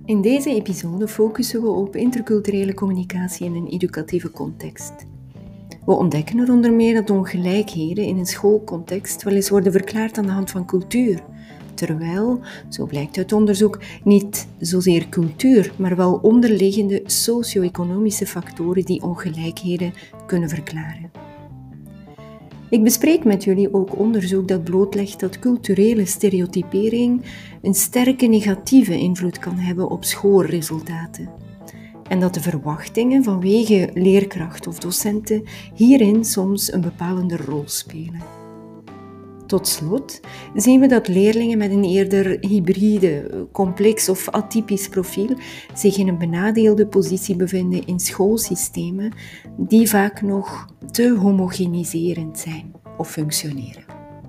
In deze episode focussen we op interculturele communicatie in een educatieve context. We ontdekken er onder meer dat ongelijkheden in een schoolcontext wel eens worden verklaard aan de hand van cultuur, terwijl, zo blijkt uit onderzoek, niet zozeer cultuur, maar wel onderliggende socio-economische factoren die ongelijkheden kunnen verklaren. Ik bespreek met jullie ook onderzoek dat blootlegt dat culturele stereotypering een sterke negatieve invloed kan hebben op schoolresultaten. En dat de verwachtingen vanwege leerkracht of docenten hierin soms een bepalende rol spelen. Tot slot zien we dat leerlingen met een eerder hybride, complex of atypisch profiel zich in een benadeelde positie bevinden in schoolsystemen die vaak nog te homogeniserend zijn of functioneren.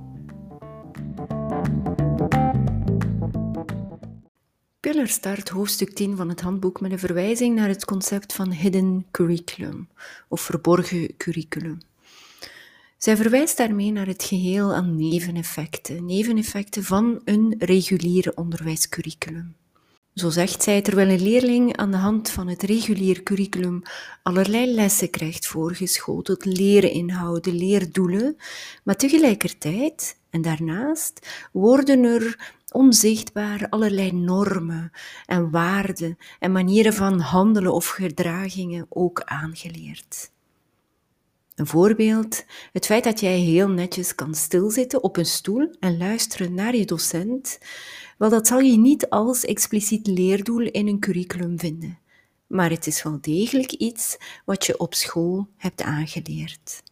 Piller start hoofdstuk 10 van het handboek met een verwijzing naar het concept van hidden curriculum of verborgen curriculum. Zij verwijst daarmee naar het geheel aan neveneffecten van een reguliere onderwijscurriculum. Zo zegt zij, terwijl een leerling aan de hand van het regulier curriculum allerlei lessen krijgt voorgeschoteld, leerinhouden, leerdoelen, maar tegelijkertijd en daarnaast worden er onzichtbaar allerlei normen en waarden en manieren van handelen of gedragingen ook aangeleerd. Een voorbeeld, het feit dat jij heel netjes kan stilzitten op een stoel en luisteren naar je docent, wel, dat zal je niet als expliciet leerdoel in een curriculum vinden. Maar het is wel degelijk iets wat je op school hebt aangeleerd.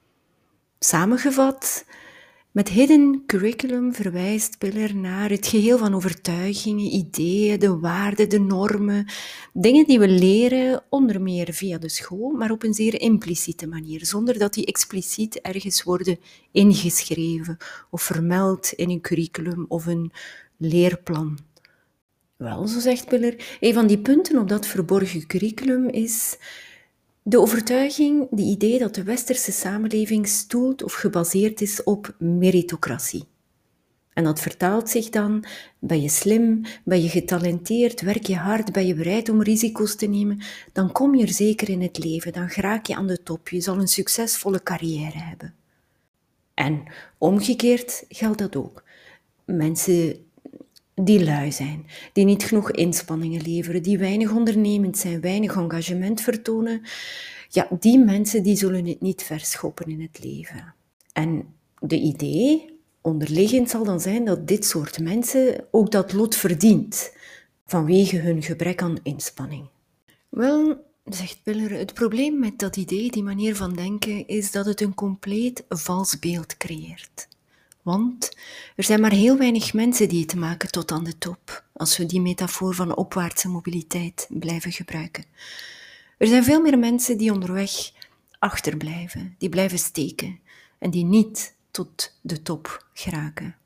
Samengevat, met hidden curriculum verwijst Piller naar het geheel van overtuigingen, ideeën, de waarden, de normen, dingen die we leren, onder meer via de school, maar op een zeer impliciete manier, zonder dat die expliciet ergens worden ingeschreven of vermeld in een curriculum of een leerplan. Wel, zo zegt Piller, een van die punten op dat verborgen curriculum is de overtuiging, de idee dat de westerse samenleving stoelt of gebaseerd is op meritocratie. En dat vertaalt zich dan, ben je slim, ben je getalenteerd, werk je hard, ben je bereid om risico's te nemen, dan kom je er zeker in het leven, dan geraak je aan de top, je zal een succesvolle carrière hebben. En omgekeerd geldt dat ook. Mensen die lui zijn, die niet genoeg inspanningen leveren, die weinig ondernemend zijn, weinig engagement vertonen, ja, die mensen die zullen het niet verschoppen in het leven. En de idee onderliggend zal dan zijn dat dit soort mensen ook dat lot verdient, vanwege hun gebrek aan inspanning. Wel, zegt Piller, het probleem met dat idee, die manier van denken, is dat het een compleet vals beeld creëert. Want er zijn maar heel weinig mensen die het maken tot aan de top, als we die metafoor van opwaartse mobiliteit blijven gebruiken. Er zijn veel meer mensen die onderweg achterblijven, die blijven steken en die niet tot de top geraken.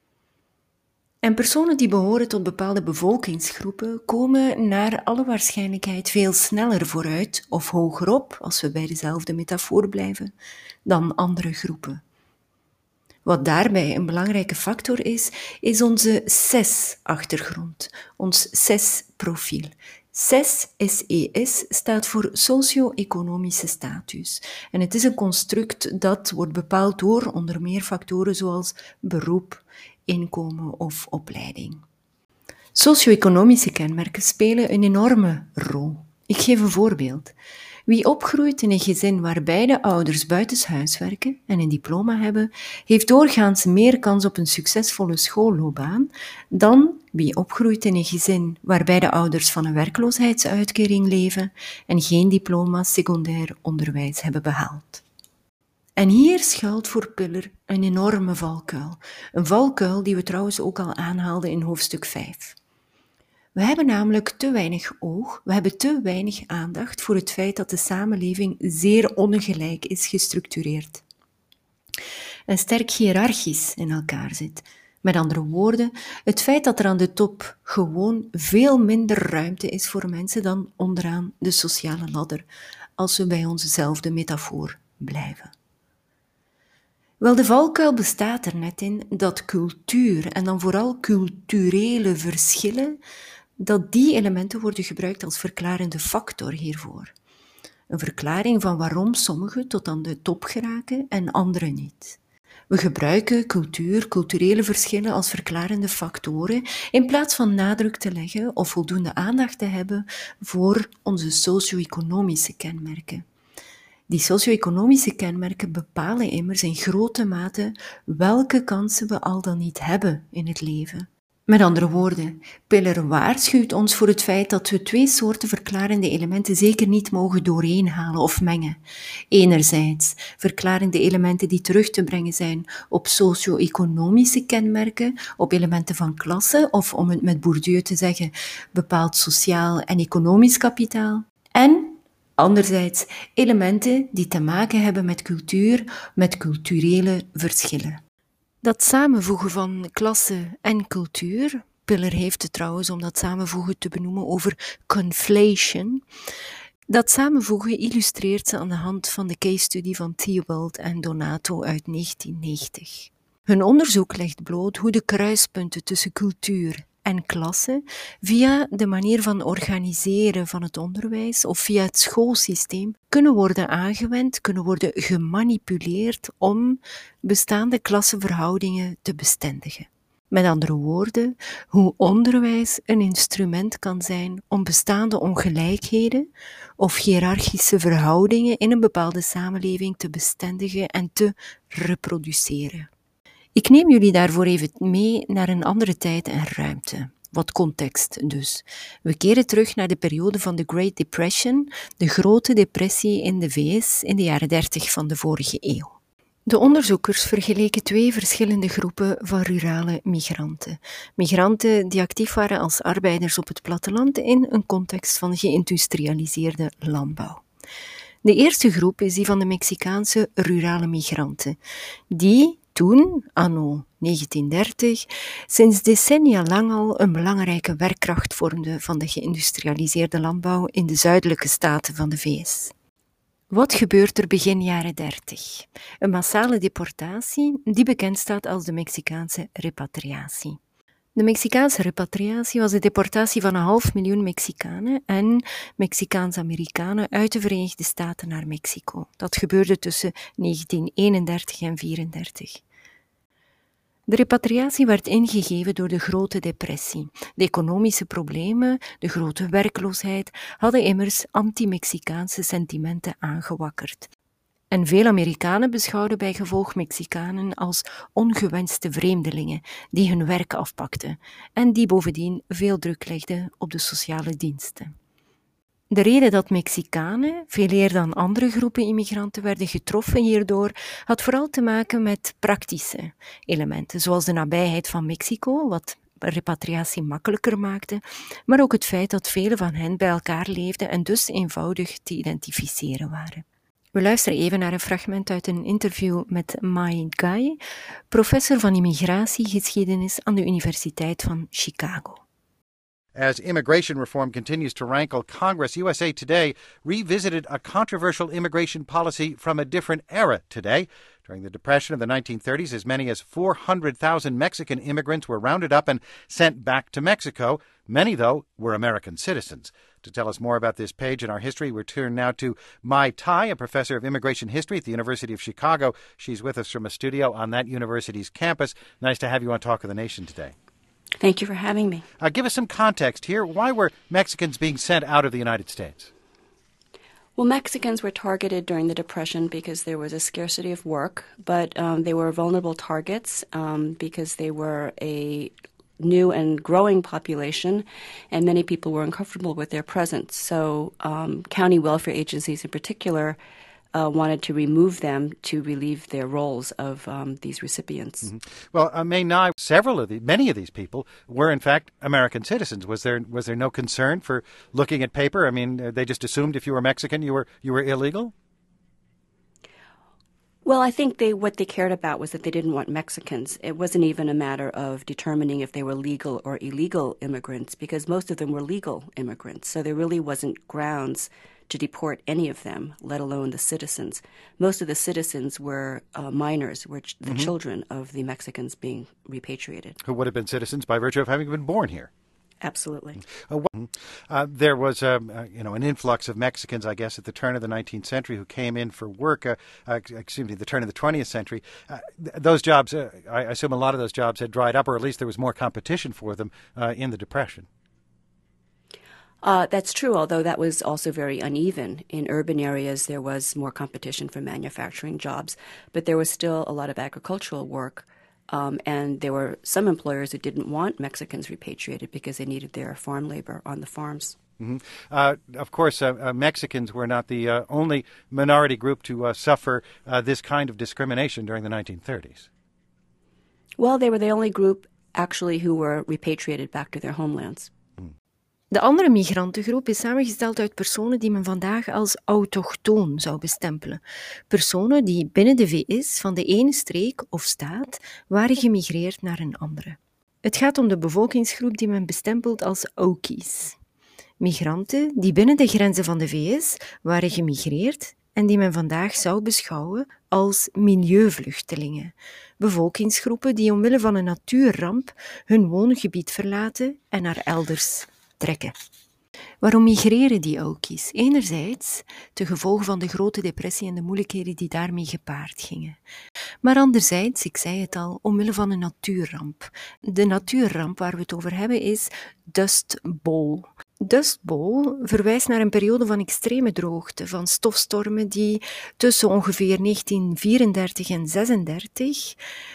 En personen die behoren tot bepaalde bevolkingsgroepen komen naar alle waarschijnlijkheid veel sneller vooruit of hogerop, als we bij dezelfde metafoor blijven, dan andere groepen. Wat daarbij een belangrijke factor is onze SES-achtergrond, ons SES-profiel. SES, SES, staat voor socio-economische status. En het is een construct dat wordt bepaald door onder meer factoren zoals beroep, inkomen of opleiding. Socio-economische kenmerken spelen een enorme rol. Ik geef een voorbeeld. Wie opgroeit in een gezin waar beide ouders buitenshuis werken en een diploma hebben, heeft doorgaans meer kans op een succesvolle schoolloopbaan dan wie opgroeit in een gezin waar beide ouders van een werkloosheidsuitkering leven en geen diploma secundair onderwijs hebben behaald. En hier schuilt voor Piller een enorme valkuil. Een valkuil die we trouwens ook al aanhaalden in hoofdstuk 5. We hebben namelijk te weinig oog, we hebben te weinig aandacht voor het feit dat de samenleving zeer ongelijk is gestructureerd en sterk hiërarchisch in elkaar zit. Met andere woorden, het feit dat er aan de top gewoon veel minder ruimte is voor mensen dan onderaan de sociale ladder, als we bij onzezelfde metafoor blijven. Wel, de valkuil bestaat er net in dat cultuur, en dan vooral culturele verschillen, dat die elementen worden gebruikt als verklarende factor hiervoor. Een verklaring van waarom sommigen tot aan de top geraken en anderen niet. We gebruiken cultuur, culturele verschillen als verklarende factoren in plaats van nadruk te leggen of voldoende aandacht te hebben voor onze socio-economische kenmerken. Die socio-economische kenmerken bepalen immers in grote mate welke kansen we al dan niet hebben in het leven. Met andere woorden, Piller waarschuwt ons voor het feit dat we twee soorten verklarende elementen zeker niet mogen dooreenhalen of mengen. Enerzijds verklarende elementen die terug te brengen zijn op socio-economische kenmerken, op elementen van klasse, of om het met Bourdieu te zeggen, bepaald sociaal en economisch kapitaal. En anderzijds elementen die te maken hebben met cultuur, met culturele verschillen. Dat samenvoegen van klasse en cultuur, Piller heeft het trouwens om dat samenvoegen te benoemen over conflation. Dat samenvoegen illustreert ze aan de hand van de case study van Theobald en Donato uit 1990. Hun onderzoek legt bloot hoe de kruispunten tussen cultuur en klasse via de manier van organiseren van het onderwijs of via het schoolsysteem kunnen worden aangewend, kunnen worden gemanipuleerd om bestaande klassenverhoudingen te bestendigen. Met andere woorden, hoe onderwijs een instrument kan zijn om bestaande ongelijkheden of hiërarchische verhoudingen in een bepaalde samenleving te bestendigen en te reproduceren. Ik neem jullie daarvoor even mee naar een andere tijd en ruimte. Wat context dus. We keren terug naar de periode van de Great Depression, de grote depressie in de VS in de jaren 30 van de vorige eeuw. De onderzoekers vergeleken twee verschillende groepen van rurale migranten. Migranten die actief waren als arbeiders op het platteland in een context van geïndustrialiseerde landbouw. De eerste groep is die van de Mexicaanse rurale migranten, die toen, anno 1930, sinds decennia lang al een belangrijke werkkracht vormde van de geïndustrialiseerde landbouw in de zuidelijke staten van de VS. Wat gebeurt er begin jaren 30? Een massale deportatie die bekend staat als de Mexicaanse repatriatie. De Mexicaanse repatriatie was de deportatie van 500.000 Mexicanen en Mexicaans-Amerikanen uit de Verenigde Staten naar Mexico. Dat gebeurde tussen 1931 en 1934. De repatriatie werd ingegeven door de Grote Depressie. De economische problemen, de grote werkloosheid, hadden immers anti-Mexicaanse sentimenten aangewakkerd. En veel Amerikanen beschouwden bijgevolg Mexicanen als ongewenste vreemdelingen die hun werk afpakten en die bovendien veel druk legden op de sociale diensten. De reden dat Mexicanen, veel eer dan andere groepen immigranten, werden getroffen hierdoor, had vooral te maken met praktische elementen, zoals de nabijheid van Mexico, wat repatriatie makkelijker maakte, maar ook het feit dat velen van hen bij elkaar leefden en dus eenvoudig te identificeren waren. We luisteren even naar een fragment uit een interview met Mai Gai, professor van immigratiegeschiedenis aan de Universiteit van Chicago. As immigration reform continues to rankle, Congress USA Today revisited a controversial immigration policy from a different era today. During the Depression of the 1930s, as many as 400,000 Mexican immigrants were rounded up and sent back to Mexico. Many, though, were American citizens. To tell us more about this page in our history, we turn now to Mai Tai, a professor of immigration history at the University of Chicago. She's with us from a studio on that university's campus. Nice to have you on Talk of the Nation today. Thank you for having me. Give us some context here. Why were Mexicans being sent out of the United States? Well, Mexicans were targeted during the Depression because there was a scarcity of work, but they were vulnerable targets because they were a new and growing population, and many people were uncomfortable with their presence. So county welfare agencies in particular wanted to remove them to relieve their roles of these recipients. Mm-hmm. Well, many of these people were in fact American citizens. Was there no concern for looking at paper? I mean, they just assumed if you were Mexican, you were illegal? Well, I think what they cared about was that they didn't want Mexicans. It wasn't even a matter of determining if they were legal or illegal immigrants, because most of them were legal immigrants. So there really wasn't grounds to deport any of them, let alone the citizens. Most of the citizens were minors, were the children of the Mexicans being repatriated. Who would have been citizens by virtue of having been born here. Absolutely. There was, an influx of Mexicans, I guess, at the turn of the 19th century who came in for work. The turn of the 20th century. Those jobs, I assume, a lot of those jobs had dried up, or at least there was more competition for them in the Depression. That's true, although that was also very uneven. In urban areas, there was more competition for manufacturing jobs, but there was still a lot of agricultural work. And there were some employers who didn't want Mexicans repatriated because they needed their farm labor on the farms. Mm-hmm. Of course, Mexicans were not the only minority group to suffer this kind of discrimination during the 1930s. Well, they were the only group, actually, who were repatriated back to their homelands. De andere migrantengroep is samengesteld uit personen die men vandaag als autochtoon zou bestempelen. Personen die binnen de VS van de ene streek of staat waren gemigreerd naar een andere. Het gaat om de bevolkingsgroep die men bestempelt als Okies. Migranten die binnen de grenzen van de VS waren gemigreerd en die men vandaag zou beschouwen als milieuvluchtelingen. Bevolkingsgroepen die omwille van een natuurramp hun woongebied verlaten en naar elders trekken. Waarom migreren die Okies? Enerzijds ten gevolge van de grote depressie en de moeilijkheden die daarmee gepaard gingen. Maar anderzijds, ik zei het al, omwille van een natuurramp. De natuurramp waar we het over hebben is Dust Bowl. Dust Bowl verwijst naar een periode van extreme droogte, van stofstormen die tussen ongeveer 1934 en 1936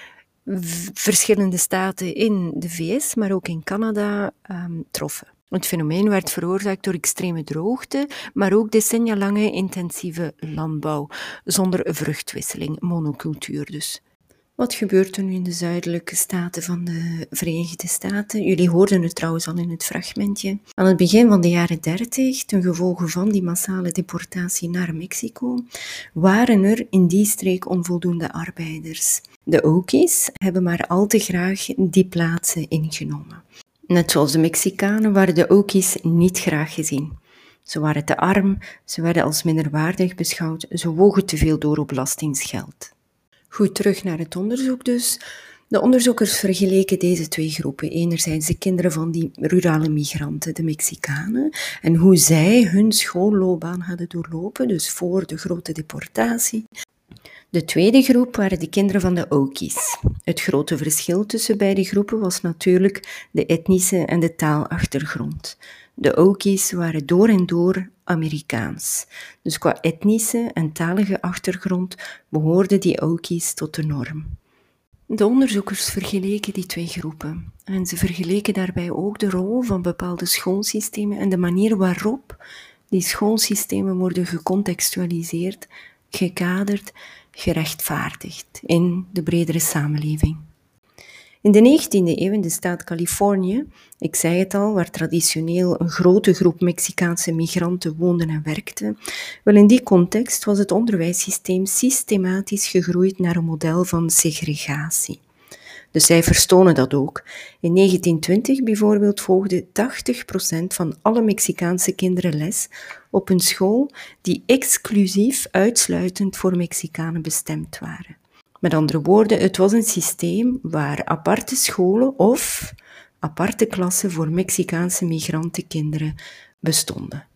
verschillende staten in de VS, maar ook in Canada troffen. Het fenomeen werd veroorzaakt door extreme droogte, maar ook decennia lange intensieve landbouw, zonder vruchtwisseling, monocultuur dus. Wat gebeurt er nu in de zuidelijke staten van de Verenigde Staten? Jullie hoorden het trouwens al in het fragmentje. Aan het begin van de jaren 30, ten gevolge van die massale deportatie naar Mexico, waren er in die streek onvoldoende arbeiders. De Okies hebben maar al te graag die plaatsen ingenomen. Net zoals de Mexicanen waren de Okies niet graag gezien. Ze waren te arm, ze werden als minderwaardig beschouwd, ze wogen te veel door op belastingsgeld. Goed, terug naar het onderzoek dus. De onderzoekers vergeleken deze twee groepen. Enerzijds de kinderen van die rurale migranten, de Mexicanen, en hoe zij hun schoolloopbaan hadden doorlopen, dus voor de grote deportatie. De tweede groep waren de kinderen van de Okies. Het grote verschil tussen beide groepen was natuurlijk de etnische en de taalachtergrond. De Okies waren door en door Amerikaans. Dus qua etnische en talige achtergrond behoorden die Okies tot de norm. De onderzoekers vergeleken die twee groepen. En ze vergeleken daarbij ook de rol van bepaalde schoolsystemen en de manier waarop die schoolsystemen worden gecontextualiseerd, gekaderd, gerechtvaardigd in de bredere samenleving. In de 19e eeuw in de staat Californië, ik zei het al, waar traditioneel een grote groep Mexicaanse migranten woonden en werkten, wel in die context was het onderwijssysteem systematisch gegroeid naar een model van segregatie. De cijfers tonen dat ook. In 1920 bijvoorbeeld volgde 80% van alle Mexicaanse kinderen les op een school die exclusief uitsluitend voor Mexicanen bestemd waren. Met andere woorden, het was een systeem waar aparte scholen of aparte klassen voor Mexicaanse migrantenkinderen bestonden.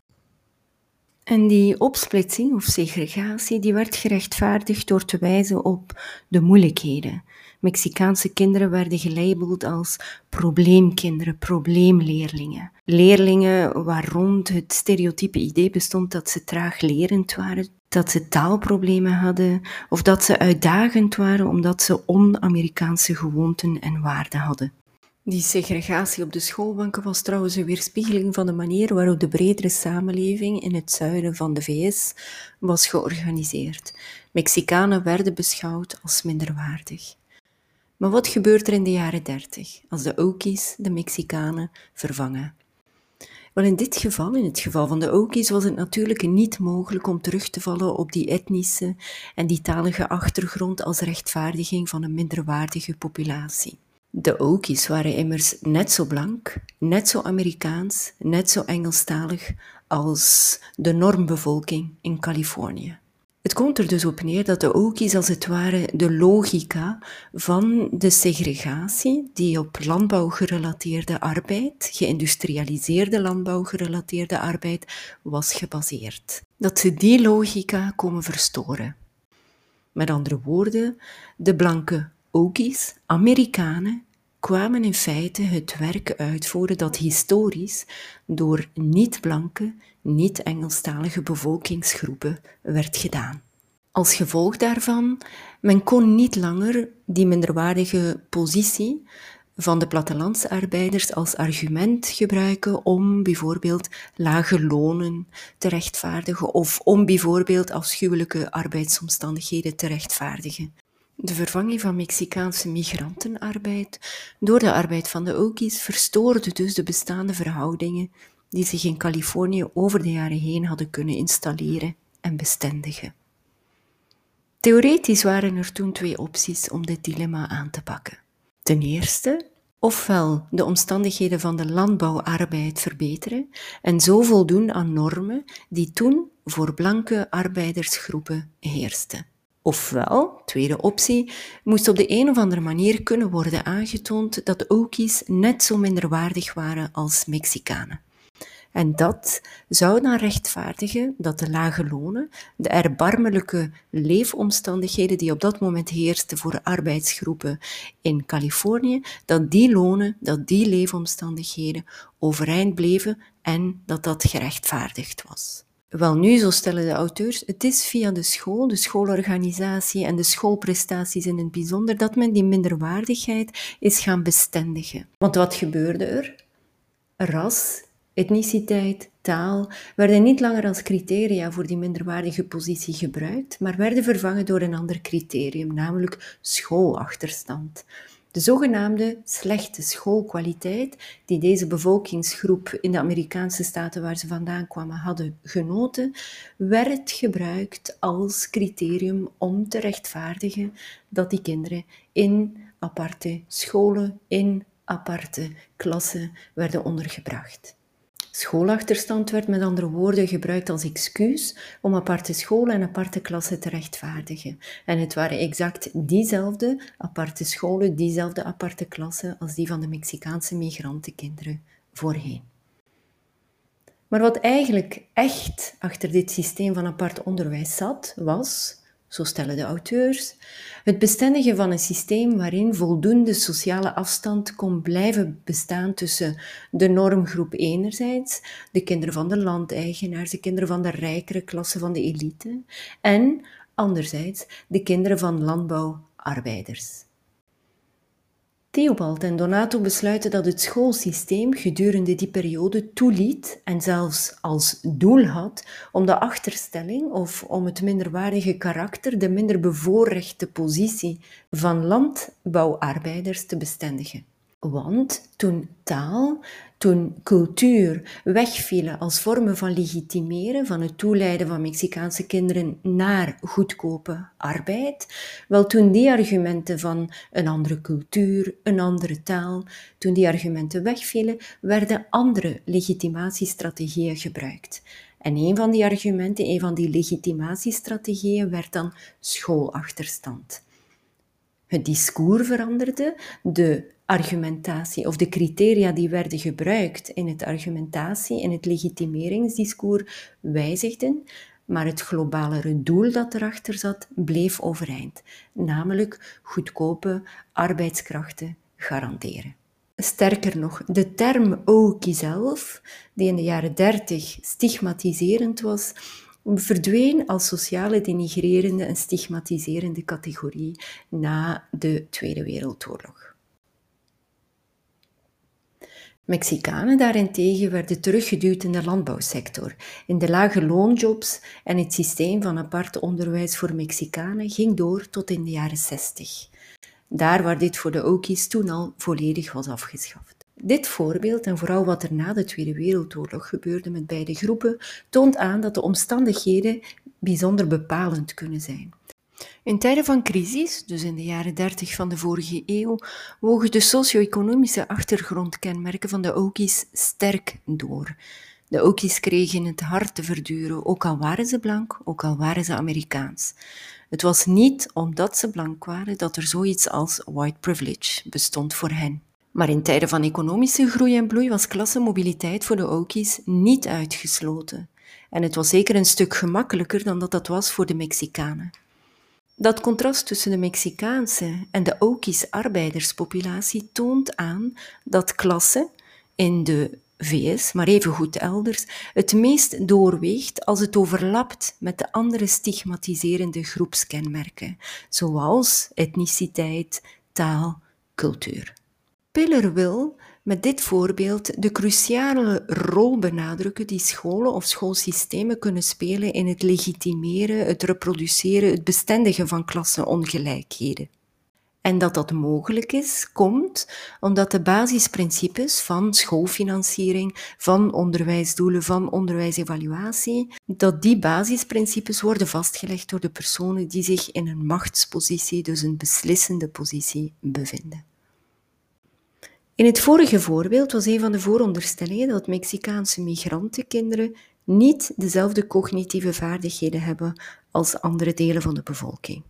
En die opsplitsing of segregatie die werd gerechtvaardigd door te wijzen op de moeilijkheden. Mexicaanse kinderen werden gelabeld als probleemkinderen, probleemleerlingen. Leerlingen waar rond het stereotype idee bestond dat ze traaglerend waren, dat ze taalproblemen hadden of dat ze uitdagend waren omdat ze on-Amerikaanse gewoonten en waarden hadden. Die segregatie op de schoolbanken was trouwens een weerspiegeling van de manier waarop de bredere samenleving in het zuiden van de VS was georganiseerd. Mexicanen werden beschouwd als minderwaardig. Maar wat gebeurt er in de jaren 30 als de Okies de Mexicanen vervangen? Wel, in het geval van de Okies, was het natuurlijk niet mogelijk om terug te vallen op die etnische en die talige achtergrond als rechtvaardiging van een minderwaardige populatie. De Okies waren immers net zo blank, net zo Amerikaans, net zo Engelstalig als de normbevolking in Californië. Het komt er dus op neer dat de Okies als het ware de logica van de segregatie die op landbouwgerelateerde arbeid, geïndustrialiseerde landbouwgerelateerde arbeid, was gebaseerd. Dat ze die logica komen verstoren. Met andere woorden, de blanke Okies, Amerikanen, kwamen in feite het werk uitvoeren dat historisch door niet-blanke, niet-Engelstalige bevolkingsgroepen werd gedaan. Als gevolg daarvan, men kon niet langer die minderwaardige positie van de plattelandsarbeiders als argument gebruiken om bijvoorbeeld lage lonen te rechtvaardigen of om bijvoorbeeld afschuwelijke arbeidsomstandigheden te rechtvaardigen. De vervanging van Mexicaanse migrantenarbeid door de arbeid van de Okies verstoorde dus de bestaande verhoudingen die zich in Californië over de jaren heen hadden kunnen installeren en bestendigen. Theoretisch waren er toen 2 opties om dit dilemma aan te pakken. Ten eerste, ofwel de omstandigheden van de landbouwarbeid verbeteren en zo voldoen aan normen die toen voor blanke arbeidersgroepen heersten. Ofwel, tweede optie, moest op de een of andere manier kunnen worden aangetoond dat de Okies net zo minderwaardig waren als Mexicanen. En dat zou dan rechtvaardigen dat de lage lonen, de erbarmelijke leefomstandigheden die op dat moment heersten voor arbeidsgroepen in Californië, dat die lonen, dat die leefomstandigheden overeind bleven en dat dat gerechtvaardigd was. Welnu, zo stellen de auteurs, het is via de schoolorganisatie en de schoolprestaties in het bijzonder, dat men die minderwaardigheid is gaan bestendigen. Want wat gebeurde er? Ras, etniciteit, taal werden niet langer als criteria voor die minderwaardige positie gebruikt, maar werden vervangen door een ander criterium, namelijk schoolachterstand. De zogenaamde slechte schoolkwaliteit die deze bevolkingsgroep in de Amerikaanse staten waar ze vandaan kwamen hadden genoten, werd gebruikt als criterium om te rechtvaardigen dat die kinderen in aparte scholen, in aparte klassen werden ondergebracht. Schoolachterstand werd met andere woorden gebruikt als excuus om aparte scholen en aparte klassen te rechtvaardigen. En het waren exact diezelfde aparte scholen, diezelfde aparte klassen als die van de Mexicaanse migrantenkinderen voorheen. Maar wat eigenlijk echt achter dit systeem van apart onderwijs zat, was, zo stellen de auteurs, het bestendigen van een systeem waarin voldoende sociale afstand kon blijven bestaan tussen de normgroep enerzijds, de kinderen van de landeigenaars, de kinderen van de rijkere klasse van de elite, en anderzijds de kinderen van landbouwarbeiders. Theobald en Donato besluiten dat het schoolsysteem gedurende die periode toeliet en zelfs als doel had om de achterstelling of om het minderwaardige karakter, de minder bevoorrechte positie van landbouwarbeiders te bestendigen. Want toen taal, toen cultuur wegvielen als vormen van legitimeren, van het toeleiden van Mexicaanse kinderen naar goedkope arbeid, wel toen die argumenten van een andere cultuur, een andere taal, toen die argumenten wegvielen, werden andere legitimatiestrategieën gebruikt. En een van die argumenten, een van die legitimatiestrategieën werd dan schoolachterstand. Het discours veranderde, de argumentatie of de criteria die werden gebruikt in het argumentatie- en het legitimeringsdiscours wijzigden, maar het globalere doel dat erachter zat, bleef overeind, namelijk goedkope arbeidskrachten garanderen. Sterker nog, de term Okie zelf, die in de jaren 30 stigmatiserend was, verdween als sociale denigrerende en stigmatiserende categorie na de Tweede Wereldoorlog. Mexicanen daarentegen werden teruggeduwd in de landbouwsector. In de lage loonjobs en het systeem van apart onderwijs voor Mexicanen ging door tot in de jaren 60. Daar waar dit voor de Okies toen al volledig was afgeschaft. Dit voorbeeld, en vooral wat er na de Tweede Wereldoorlog gebeurde met beide groepen, toont aan dat de omstandigheden bijzonder bepalend kunnen zijn. In tijden van crisis, dus in de jaren 30 van de vorige eeuw, wogen de socio-economische achtergrondkenmerken van de Okies sterk door. De Okies kregen het hard te verduren, ook al waren ze blank, ook al waren ze Amerikaans. Het was niet omdat ze blank waren dat er zoiets als white privilege bestond voor hen. Maar in tijden van economische groei en bloei was klassenmobiliteit voor de Okies niet uitgesloten. En het was zeker een stuk gemakkelijker dan dat was voor de Mexicanen. Dat contrast tussen de Mexicaanse en de Okies arbeiderspopulatie toont aan dat klasse in de VS, maar evengoed elders, het meest doorweegt als het overlapt met de andere stigmatiserende groepskenmerken, zoals etniciteit, taal, cultuur. Piller wil met dit voorbeeld de cruciale rol benadrukken die scholen of schoolsystemen kunnen spelen in het legitimeren, het reproduceren, het bestendigen van klassenongelijkheden. En dat dat mogelijk is, komt omdat de basisprincipes van schoolfinanciering, van onderwijsdoelen, van onderwijsevaluatie, dat die basisprincipes worden vastgelegd door de personen die zich in een machtspositie, dus een beslissende positie, bevinden. In het vorige voorbeeld was een van de vooronderstellingen dat Mexicaanse migrantenkinderen niet dezelfde cognitieve vaardigheden hebben als andere delen van de bevolking.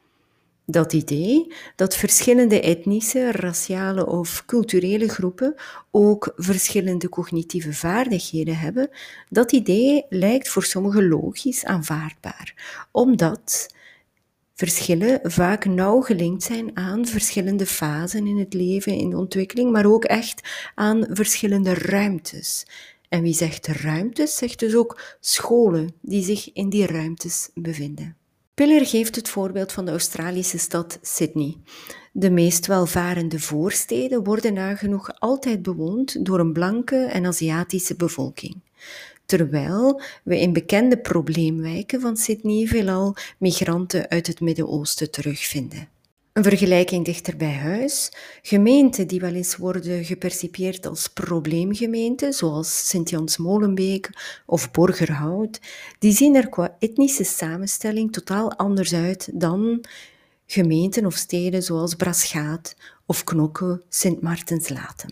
Dat idee dat verschillende etnische, raciale of culturele groepen ook verschillende cognitieve vaardigheden hebben, dat idee lijkt voor sommigen logisch aanvaardbaar, omdat verschillen vaak nauw gelinkt zijn aan verschillende fasen in het leven, in de ontwikkeling, maar ook echt aan verschillende ruimtes. En wie zegt ruimtes, zegt dus ook scholen die zich in die ruimtes bevinden. Piller geeft het voorbeeld van de Australische stad Sydney. De meest welvarende voorsteden worden nagenoeg altijd bewoond door een blanke en Aziatische bevolking, terwijl we in bekende probleemwijken van Sydney veelal migranten uit het Midden-Oosten terugvinden. Een vergelijking dichter bij huis. Gemeenten die wel eens worden gepercipieerd als probleemgemeenten, zoals Sint-Jans-Molenbeek of Borgerhout, die zien er qua etnische samenstelling totaal anders uit dan gemeenten of steden zoals Braschaat of Knokke, Sint-Maartens-Latem.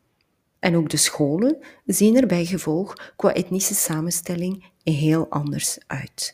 En ook de scholen zien er bij gevolg qua etnische samenstelling heel anders uit.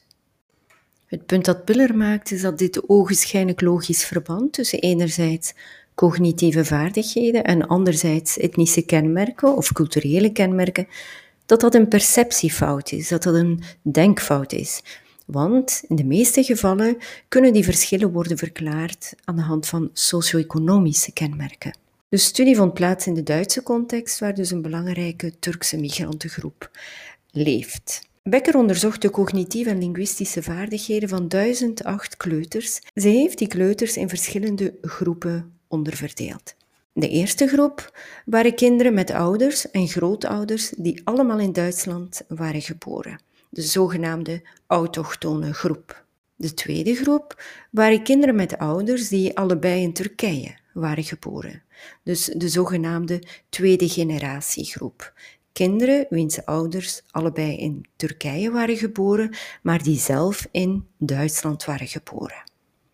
Het punt dat Piller maakt is dat dit ogenschijnlijk logisch verband tussen enerzijds cognitieve vaardigheden en anderzijds etnische kenmerken of culturele kenmerken, dat een perceptiefout is, dat een denkfout is. Want in de meeste gevallen kunnen die verschillen worden verklaard aan de hand van socio-economische kenmerken. De studie vond plaats in de Duitse context, waar dus een belangrijke Turkse migrantengroep leeft. Becker onderzocht de cognitieve en linguïstische vaardigheden van 1008 kleuters. Ze heeft die kleuters in verschillende groepen onderverdeeld. De eerste groep waren kinderen met ouders en grootouders die allemaal in Duitsland waren geboren, de zogenaamde autochtone groep. De tweede groep waren kinderen met ouders die allebei in Turkije waren geboren, dus de zogenaamde tweede generatiegroep. Kinderen wiens ouders allebei in Turkije waren geboren, maar die zelf in Duitsland waren geboren.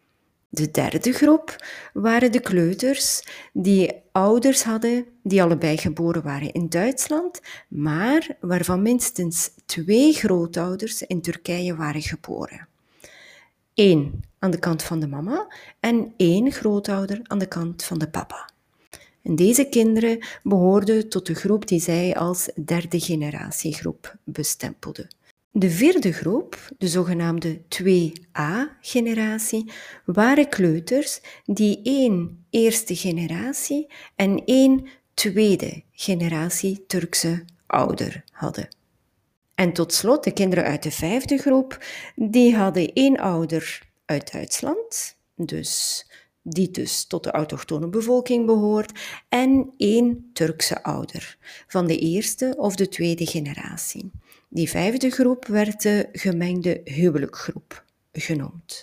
De derde groep waren de kleuters die ouders hadden die allebei geboren waren in Duitsland, maar waarvan minstens 2 grootouders in Turkije waren geboren. 1 aan de kant van de mama en 1 grootouder aan de kant van de papa. En deze kinderen behoorden tot de groep die zij als derde generatiegroep bestempelde. De vierde groep, de zogenaamde 2A-generatie, waren kleuters die 1 eerste generatie en 1 tweede generatie Turkse ouder hadden. En tot slot de kinderen uit de vijfde groep, die hadden 1 ouder uit Duitsland, die dus tot de autochtone bevolking behoort, en 1 Turkse ouder, van de eerste of de tweede generatie. Die vijfde groep werd de gemengde huwelijkgroep genoemd.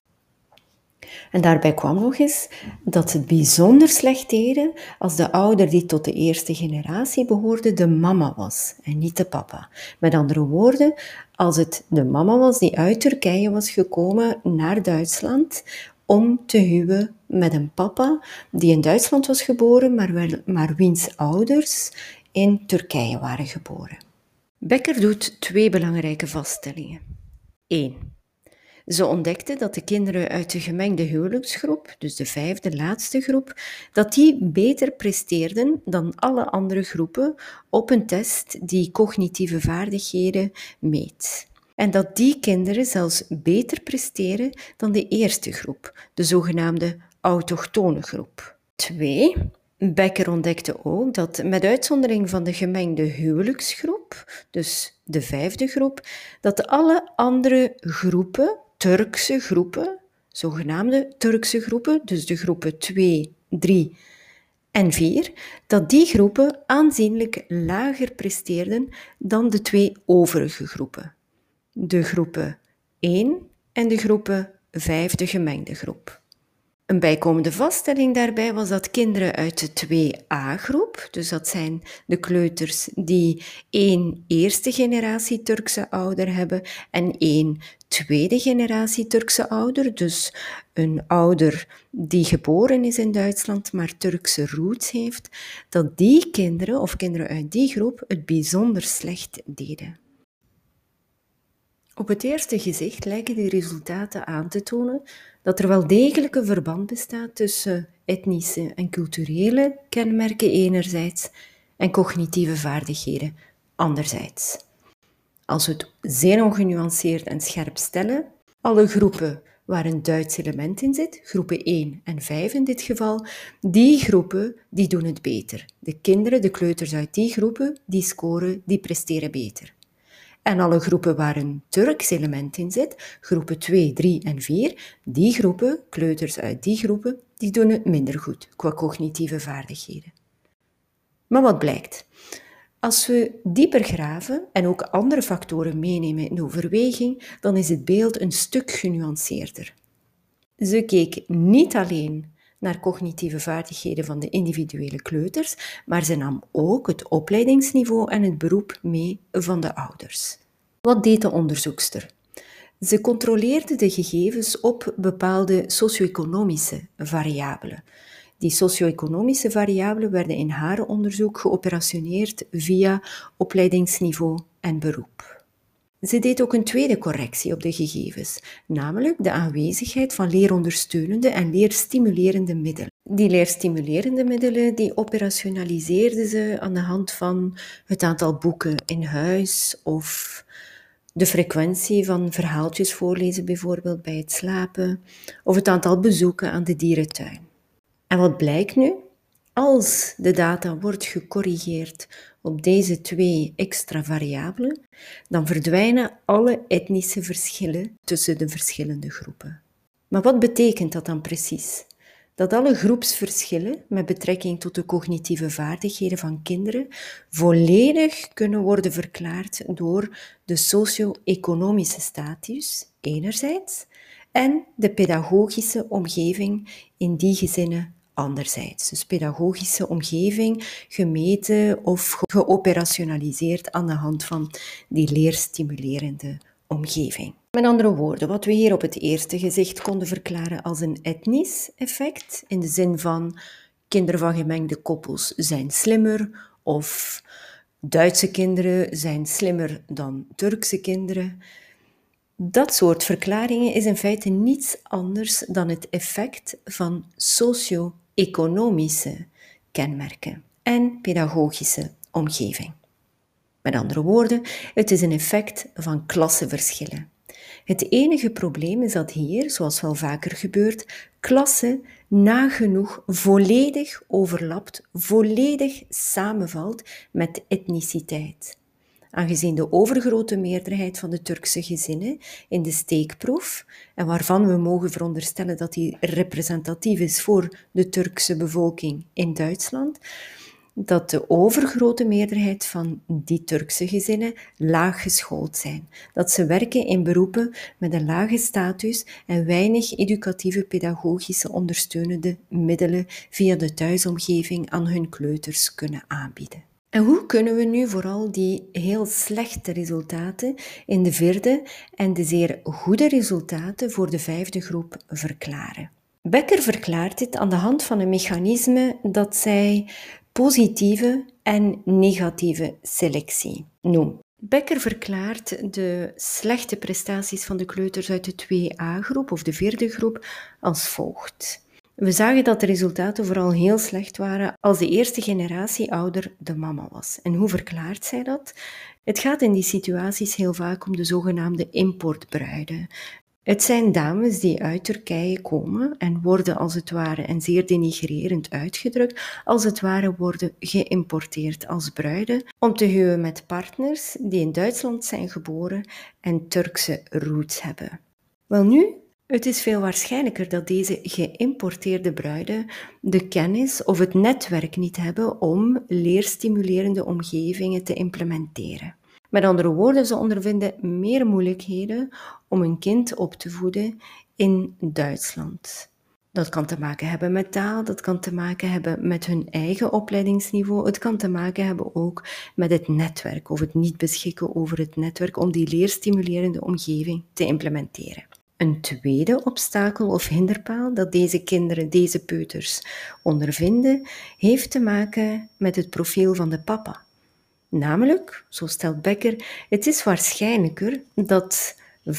En daarbij kwam nog eens dat ze het bijzonder slecht deden als de ouder die tot de eerste generatie behoorde de mama was en niet de papa. Met andere woorden, als het de mama was die uit Turkije was gekomen naar Duitsland om te huwen met een papa die in Duitsland was geboren, maar wiens ouders in Turkije waren geboren. Becker doet 2 belangrijke vaststellingen. 1. Ze ontdekte dat de kinderen uit de gemengde huwelijksgroep, dus de 5e laatste groep, dat die beter presteerden dan alle andere groepen op een test die cognitieve vaardigheden meet. En dat die kinderen zelfs beter presteren dan de eerste groep, de zogenaamde autochtone groep. 2. Becker ontdekte ook dat met uitzondering van de gemengde huwelijksgroep, dus de 5e groep, dat alle andere groepen, Turkse groepen, zogenaamde Turkse groepen, dus de groepen 2, 3 en 4, dat die groepen aanzienlijk lager presteerden dan de 2 overige groepen. De groepen 1 en de groepen 5, de gemengde groep. Een bijkomende vaststelling daarbij was dat kinderen uit de 2A-groep, dus dat zijn de kleuters die 1 eerste generatie Turkse ouder hebben en 1 tweede generatie Turkse ouder, dus een ouder die geboren is in Duitsland, maar Turkse roots heeft, dat die kinderen of kinderen uit die groep het bijzonder slecht deden. Op het eerste gezicht lijken die resultaten aan te tonen dat er wel degelijk een verband bestaat tussen etnische en culturele kenmerken enerzijds en cognitieve vaardigheden anderzijds. Als we het zeer ongenuanceerd en scherp stellen, alle groepen waar een Duits element in zit, groepen 1 en 5 in dit geval, die groepen die doen het beter. De kinderen, de kleuters uit die groepen, die scoren, die presteren beter. En alle groepen waar een Turks element in zit, groepen 2, 3 en 4, die groepen, kleuters uit die groepen, die doen het minder goed qua cognitieve vaardigheden. Maar wat blijkt? Als we dieper graven en ook andere factoren meenemen in overweging, dan is het beeld een stuk genuanceerder. Ze keek niet alleen naar cognitieve vaardigheden van de individuele kleuters, maar ze nam ook het opleidingsniveau en het beroep mee van de ouders. Wat deed de onderzoekster? Ze controleerde de gegevens op bepaalde socio-economische variabelen. Die socio-economische variabelen werden in haar onderzoek geoperationeerd via opleidingsniveau en beroep. Ze deed ook een tweede correctie op de gegevens, namelijk de aanwezigheid van leerondersteunende en leerstimulerende middelen. Die leerstimulerende middelen die operationaliseerden ze aan de hand van het aantal boeken in huis of de frequentie van verhaaltjes voorlezen bijvoorbeeld bij het slapen of het aantal bezoeken aan de dierentuin. En wat blijkt nu? Als de data wordt gecorrigeerd op deze 2 extra variabelen, dan verdwijnen alle etnische verschillen tussen de verschillende groepen. Maar wat betekent dat dan precies? Dat alle groepsverschillen met betrekking tot de cognitieve vaardigheden van kinderen volledig kunnen worden verklaard door de socio-economische status enerzijds en de pedagogische omgeving in die gezinnen anderzijds. Dus pedagogische omgeving gemeten of geoperationaliseerd aan de hand van die leerstimulerende omgeving. Met andere woorden, wat we hier op het eerste gezicht konden verklaren als een etnisch effect, in de zin van kinderen van gemengde koppels zijn slimmer of Duitse kinderen zijn slimmer dan Turkse kinderen. Dat soort verklaringen is in feite niets anders dan het effect van socio-economische kenmerken en pedagogische omgeving. Met andere woorden, het is een effect van klassenverschillen. Het enige probleem is dat hier, zoals wel vaker gebeurt, klasse nagenoeg volledig overlapt, volledig samenvalt met etniciteit. Aangezien de overgrote meerderheid van de Turkse gezinnen in de steekproef, en waarvan we mogen veronderstellen dat die representatief is voor de Turkse bevolking in Duitsland, dat de overgrote meerderheid van die Turkse gezinnen laag geschoold zijn. Dat ze werken in beroepen met een lage status en weinig educatieve pedagogische ondersteunende middelen via de thuisomgeving aan hun kleuters kunnen aanbieden. En hoe kunnen we nu vooral die heel slechte resultaten in de 4e en de zeer goede resultaten voor de 5e groep verklaren? Becker verklaart dit aan de hand van een mechanisme dat zij positieve en negatieve selectie noemt. Becker verklaart de slechte prestaties van de kleuters uit de 2A-groep of de 4e groep als volgt. We zagen dat de resultaten vooral heel slecht waren als de eerste generatie ouder de mama was. En hoe verklaart zij dat? Het gaat in die situaties heel vaak om de zogenaamde importbruiden. Het zijn dames die uit Turkije komen en worden als het ware, en zeer denigrerend uitgedrukt, als het ware worden geïmporteerd als bruiden om te huwen met partners die in Duitsland zijn geboren en Turkse roots hebben. Welnu, het is veel waarschijnlijker dat deze geïmporteerde bruiden de kennis of het netwerk niet hebben om leerstimulerende omgevingen te implementeren. Met andere woorden, ze ondervinden meer moeilijkheden om een kind op te voeden in Duitsland. Dat kan te maken hebben met taal, dat kan te maken hebben met hun eigen opleidingsniveau, het kan te maken hebben ook met het netwerk of het niet beschikken over het netwerk om die leerstimulerende omgeving te implementeren. Een tweede obstakel of hinderpaal dat deze kinderen, deze peuters, ondervinden, heeft te maken met het profiel van de papa. Namelijk, zo stelt Becker, het is waarschijnlijker dat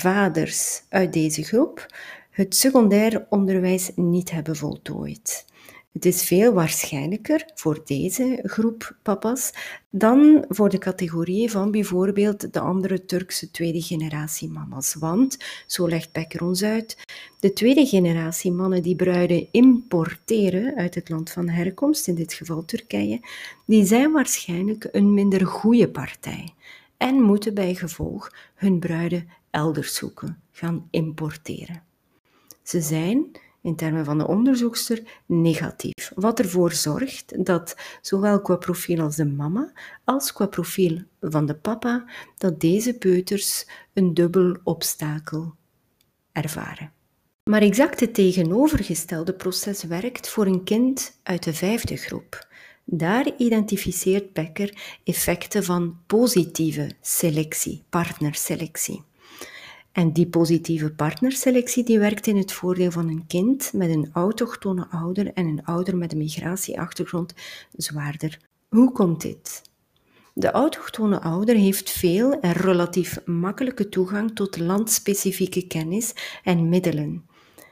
vaders uit deze groep het secundair onderwijs niet hebben voltooid. Het is veel waarschijnlijker voor deze groep papa's dan voor de categorie van bijvoorbeeld de andere Turkse tweede generatie mama's. Want, zo legt Becker ons uit, de tweede generatie mannen die bruiden importeren uit het land van herkomst, in dit geval Turkije, die zijn waarschijnlijk een minder goede partij en moeten bij gevolg hun bruiden elders zoeken, gaan importeren. Ze zijn, in termen van de onderzoekster, negatief, wat ervoor zorgt dat zowel qua profiel als de mama, als qua profiel van de papa, dat deze peuters een dubbel obstakel ervaren. Maar exact het tegenovergestelde proces werkt voor een kind uit de 5e groep. Daar identificeert Becker effecten van positieve selectie, partnerselectie. En die positieve partnerselectie die werkt in het voordeel van een kind met een autochtone ouder en een ouder met een migratieachtergrond zwaarder. Hoe komt dit? De autochtone ouder heeft veel en relatief makkelijke toegang tot landspecifieke kennis en middelen.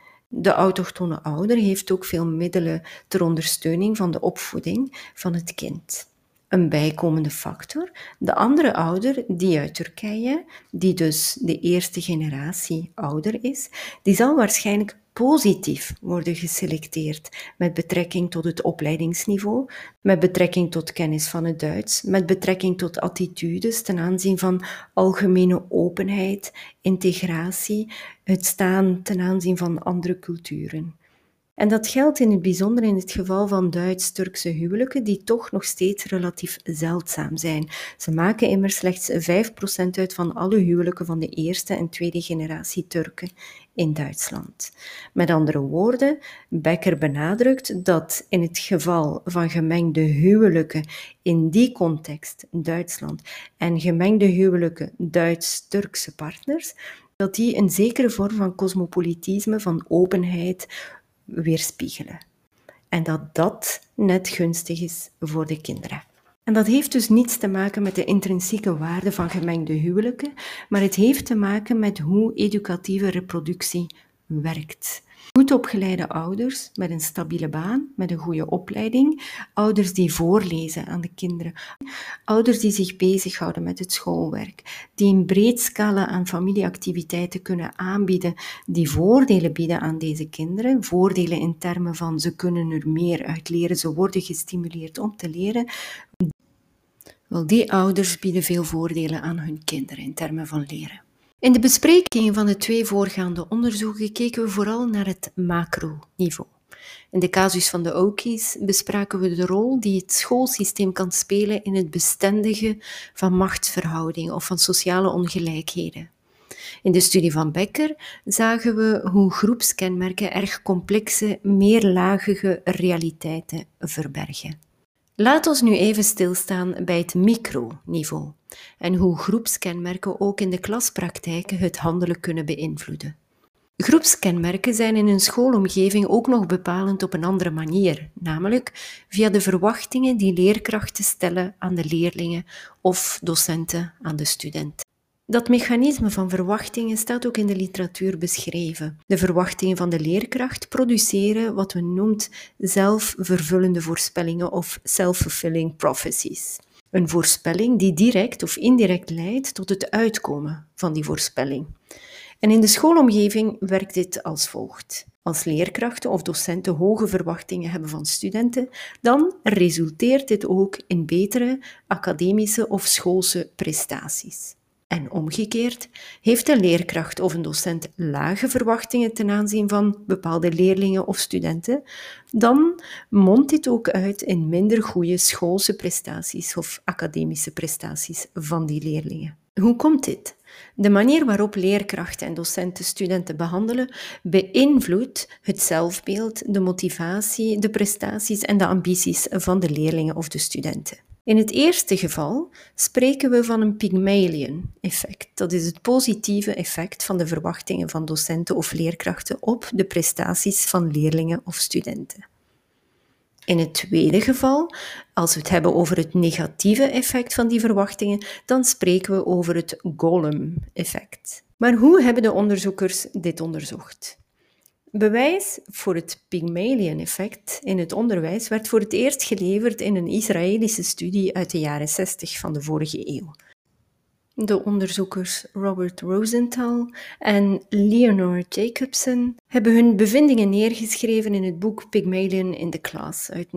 De autochtone ouder heeft ook veel middelen ter ondersteuning van de opvoeding van het kind. Een bijkomende factor, de andere ouder, die uit Turkije, die dus de eerste generatie ouder is, die zal waarschijnlijk positief worden geselecteerd met betrekking tot het opleidingsniveau, met betrekking tot kennis van het Duits, met betrekking tot attitudes ten aanzien van algemene openheid, integratie, het staan ten aanzien van andere culturen. En dat geldt in het bijzonder in het geval van Duits-Turkse huwelijken, die toch nog steeds relatief zeldzaam zijn. Ze maken immers slechts 5% uit van alle huwelijken van de eerste en tweede generatie Turken in Duitsland. Met andere woorden, Becker benadrukt dat in het geval van gemengde huwelijken in die context Duitsland en gemengde huwelijken Duits-Turkse partners, dat die een zekere vorm van cosmopolitisme, van openheid, weerspiegelen. En dat dat net gunstig is voor de kinderen. En dat heeft dus niets te maken met de intrinsieke waarde van gemengde huwelijken, maar het heeft te maken met hoe educatieve reproductie werkt. Goed opgeleide ouders met een stabiele baan, met een goede opleiding, ouders die voorlezen aan de kinderen, ouders die zich bezighouden met het schoolwerk, die een breed scala aan familieactiviteiten kunnen aanbieden, die voordelen bieden aan deze kinderen, voordelen in termen van ze kunnen er meer uit leren, ze worden gestimuleerd om te leren. Wel, die ouders bieden veel voordelen aan hun kinderen in termen van leren. In de bespreking van de 2 voorgaande onderzoeken keken we vooral naar het macroniveau. In de casus van de Okies bespraken we de rol die het schoolsysteem kan spelen in het bestendigen van machtsverhoudingen of van sociale ongelijkheden. In de studie van Becker zagen we hoe groepskenmerken erg complexe, meerlagige realiteiten verbergen. Laat ons nu even stilstaan bij het microniveau en hoe groepskenmerken ook in de klaspraktijken het handelen kunnen beïnvloeden. Groepskenmerken zijn in een schoolomgeving ook nog bepalend op een andere manier, namelijk via de verwachtingen die leerkrachten stellen aan de leerlingen of docenten aan de student. Dat mechanisme van verwachtingen staat ook in de literatuur beschreven. De verwachtingen van de leerkracht produceren wat men noemt zelfvervullende voorspellingen of self-fulfilling prophecies. Een voorspelling die direct of indirect leidt tot het uitkomen van die voorspelling. En in de schoolomgeving werkt dit als volgt. Als leerkrachten of docenten hoge verwachtingen hebben van studenten, dan resulteert dit ook in betere academische of schoolse prestaties. En omgekeerd, heeft een leerkracht of een docent lage verwachtingen ten aanzien van bepaalde leerlingen of studenten, dan mondt dit ook uit in minder goede schoolse prestaties of academische prestaties van die leerlingen. Hoe komt dit? De manier waarop leerkrachten en docenten studenten behandelen beïnvloedt het zelfbeeld, de motivatie, de prestaties en de ambities van de leerlingen of de studenten. In het eerste geval spreken we van een Pygmalion-effect. Dat is het positieve effect van de verwachtingen van docenten of leerkrachten op de prestaties van leerlingen of studenten. In het tweede geval, als we het hebben over het negatieve effect van die verwachtingen, dan spreken we over het Golem-effect. Maar hoe hebben de onderzoekers dit onderzocht? Bewijs voor het Pygmalion-effect in het onderwijs werd voor het eerst geleverd in een Israëlische studie uit de jaren 60 van de vorige eeuw. De onderzoekers Robert Rosenthal en Leonore Jacobson hebben hun bevindingen neergeschreven in het boek Pygmalion in the Class uit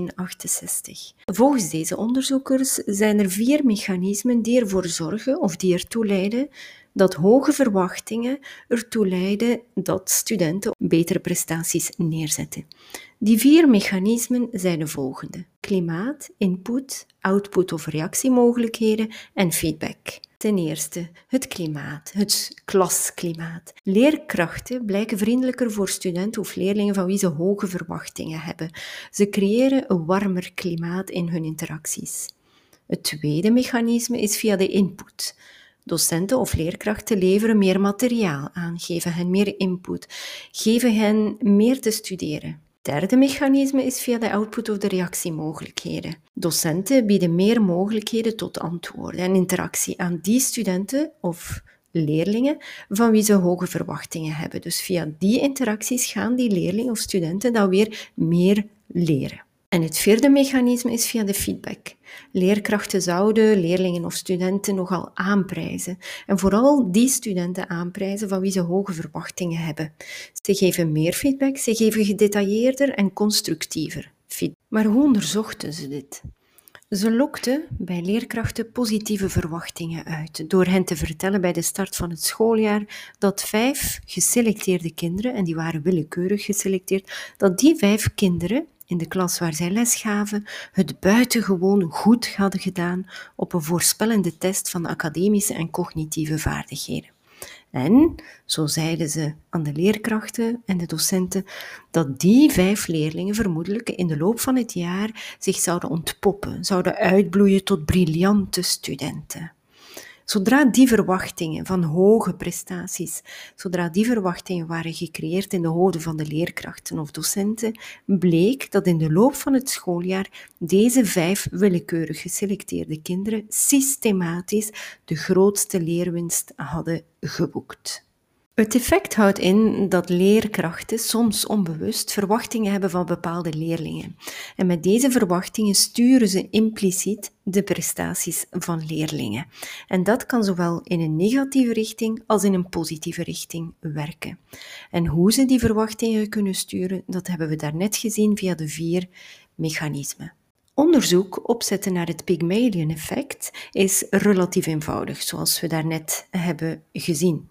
1968. Volgens deze onderzoekers zijn er 4 mechanismen die ervoor zorgen of die ertoe leiden dat hoge verwachtingen ertoe leiden dat studenten betere prestaties neerzetten. Die 4 mechanismen zijn de volgende: klimaat, input, output of reactiemogelijkheden en feedback. Ten eerste, het klimaat, het klasklimaat. Leerkrachten blijken vriendelijker voor studenten of leerlingen van wie ze hoge verwachtingen hebben. Ze creëren een warmer klimaat in hun interacties. Het tweede mechanisme is via de input. Docenten of leerkrachten leveren meer materiaal aan, geven hen meer input, geven hen meer te studeren. Het derde mechanisme is via de output of de reactiemogelijkheden. Docenten bieden meer mogelijkheden tot antwoorden en interactie aan die studenten of leerlingen van wie ze hoge verwachtingen hebben. Dus via die interacties gaan die leerlingen of studenten dan weer meer leren. En het vierde mechanisme is via de feedback. Leerkrachten zouden leerlingen of studenten nogal aanprijzen. En vooral die studenten aanprijzen van wie ze hoge verwachtingen hebben. Ze geven meer feedback, ze geven gedetailleerder en constructiever feedback. Maar hoe onderzochten ze dit? Ze lokten bij leerkrachten positieve verwachtingen uit, door hen te vertellen bij de start van het schooljaar dat 5 geselecteerde kinderen, en die waren willekeurig geselecteerd, dat die 5 kinderen in de klas waar zij les gaven, het buitengewoon goed hadden gedaan op een voorspellende test van academische en cognitieve vaardigheden. En, zo zeiden ze aan de leerkrachten en de docenten, dat die 5 leerlingen vermoedelijk in de loop van het jaar zich zouden ontpoppen, zouden uitbloeien tot briljante studenten. Zodra die verwachtingen van hoge prestaties, zodra die verwachtingen waren gecreëerd in de hoofden van de leerkrachten of docenten, bleek dat in de loop van het schooljaar deze 5 willekeurig geselecteerde kinderen systematisch de grootste leerwinst hadden geboekt. Het effect houdt in dat leerkrachten soms onbewust verwachtingen hebben van bepaalde leerlingen. En met deze verwachtingen sturen ze impliciet de prestaties van leerlingen. En dat kan zowel in een negatieve richting als in een positieve richting werken. En hoe ze die verwachtingen kunnen sturen, dat hebben we daarnet gezien via de 4 mechanismen. Onderzoek opzetten naar het Pygmalion-effect is relatief eenvoudig, zoals we daarnet hebben gezien.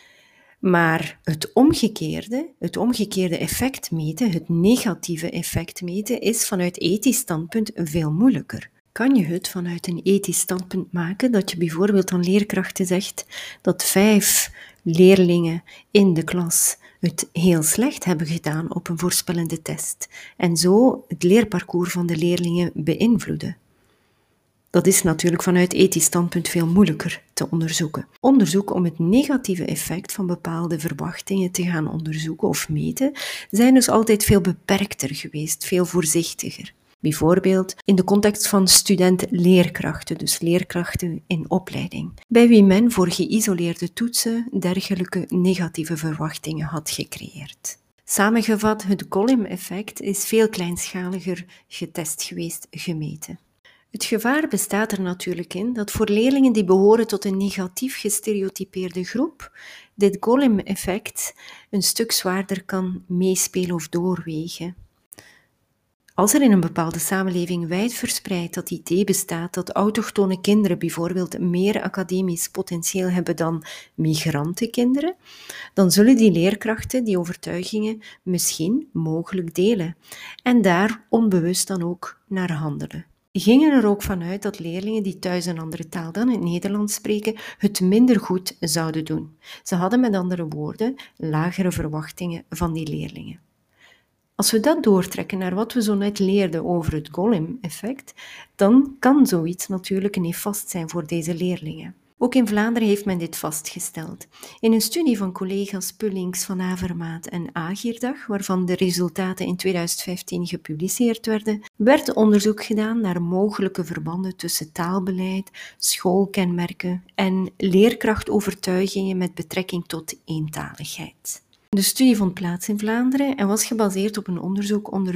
Maar het omgekeerde effect meten, het negatieve effect meten, is vanuit ethisch standpunt veel moeilijker. Kan je het vanuit een ethisch standpunt maken dat je bijvoorbeeld aan leerkrachten zegt dat 5 leerlingen in de klas het heel slecht hebben gedaan op een voorspellende test en zo het leerparcours van de leerlingen beïnvloeden? Dat is natuurlijk vanuit ethisch standpunt veel moeilijker te onderzoeken. Onderzoek om het negatieve effect van bepaalde verwachtingen te gaan onderzoeken of meten, zijn dus altijd veel beperkter geweest, veel voorzichtiger. Bijvoorbeeld in de context van student-leerkrachten, dus leerkrachten in opleiding, bij wie men voor geïsoleerde toetsen dergelijke negatieve verwachtingen had gecreëerd. Samengevat, het Golem-effect is veel kleinschaliger getest geweest, gemeten. Het gevaar bestaat er natuurlijk in dat voor leerlingen die behoren tot een negatief gestereotypeerde groep, dit Golem-effect een stuk zwaarder kan meespelen of doorwegen. Als er in een bepaalde samenleving wijdverspreid dat idee bestaat dat autochtone kinderen bijvoorbeeld meer academisch potentieel hebben dan migrantenkinderen, dan zullen die leerkrachten die overtuigingen misschien mogelijk delen en daar onbewust dan ook naar handelen. Gingen er ook vanuit dat leerlingen die thuis een andere taal dan het Nederlands spreken, het minder goed zouden doen. Ze hadden met andere woorden lagere verwachtingen van die leerlingen. Als we dat doortrekken naar wat we zo net leerden over het Golem-effect, dan kan zoiets natuurlijk nefast zijn voor deze leerlingen. Ook in Vlaanderen heeft men dit vastgesteld. In een studie van collega's Pullings, Van Avermaat en Agierdag, waarvan de resultaten in 2015 gepubliceerd werden, werd onderzoek gedaan naar mogelijke verbanden tussen taalbeleid, schoolkenmerken en leerkrachtovertuigingen met betrekking tot eentaligheid. De studie vond plaats in Vlaanderen en was gebaseerd op een onderzoek onder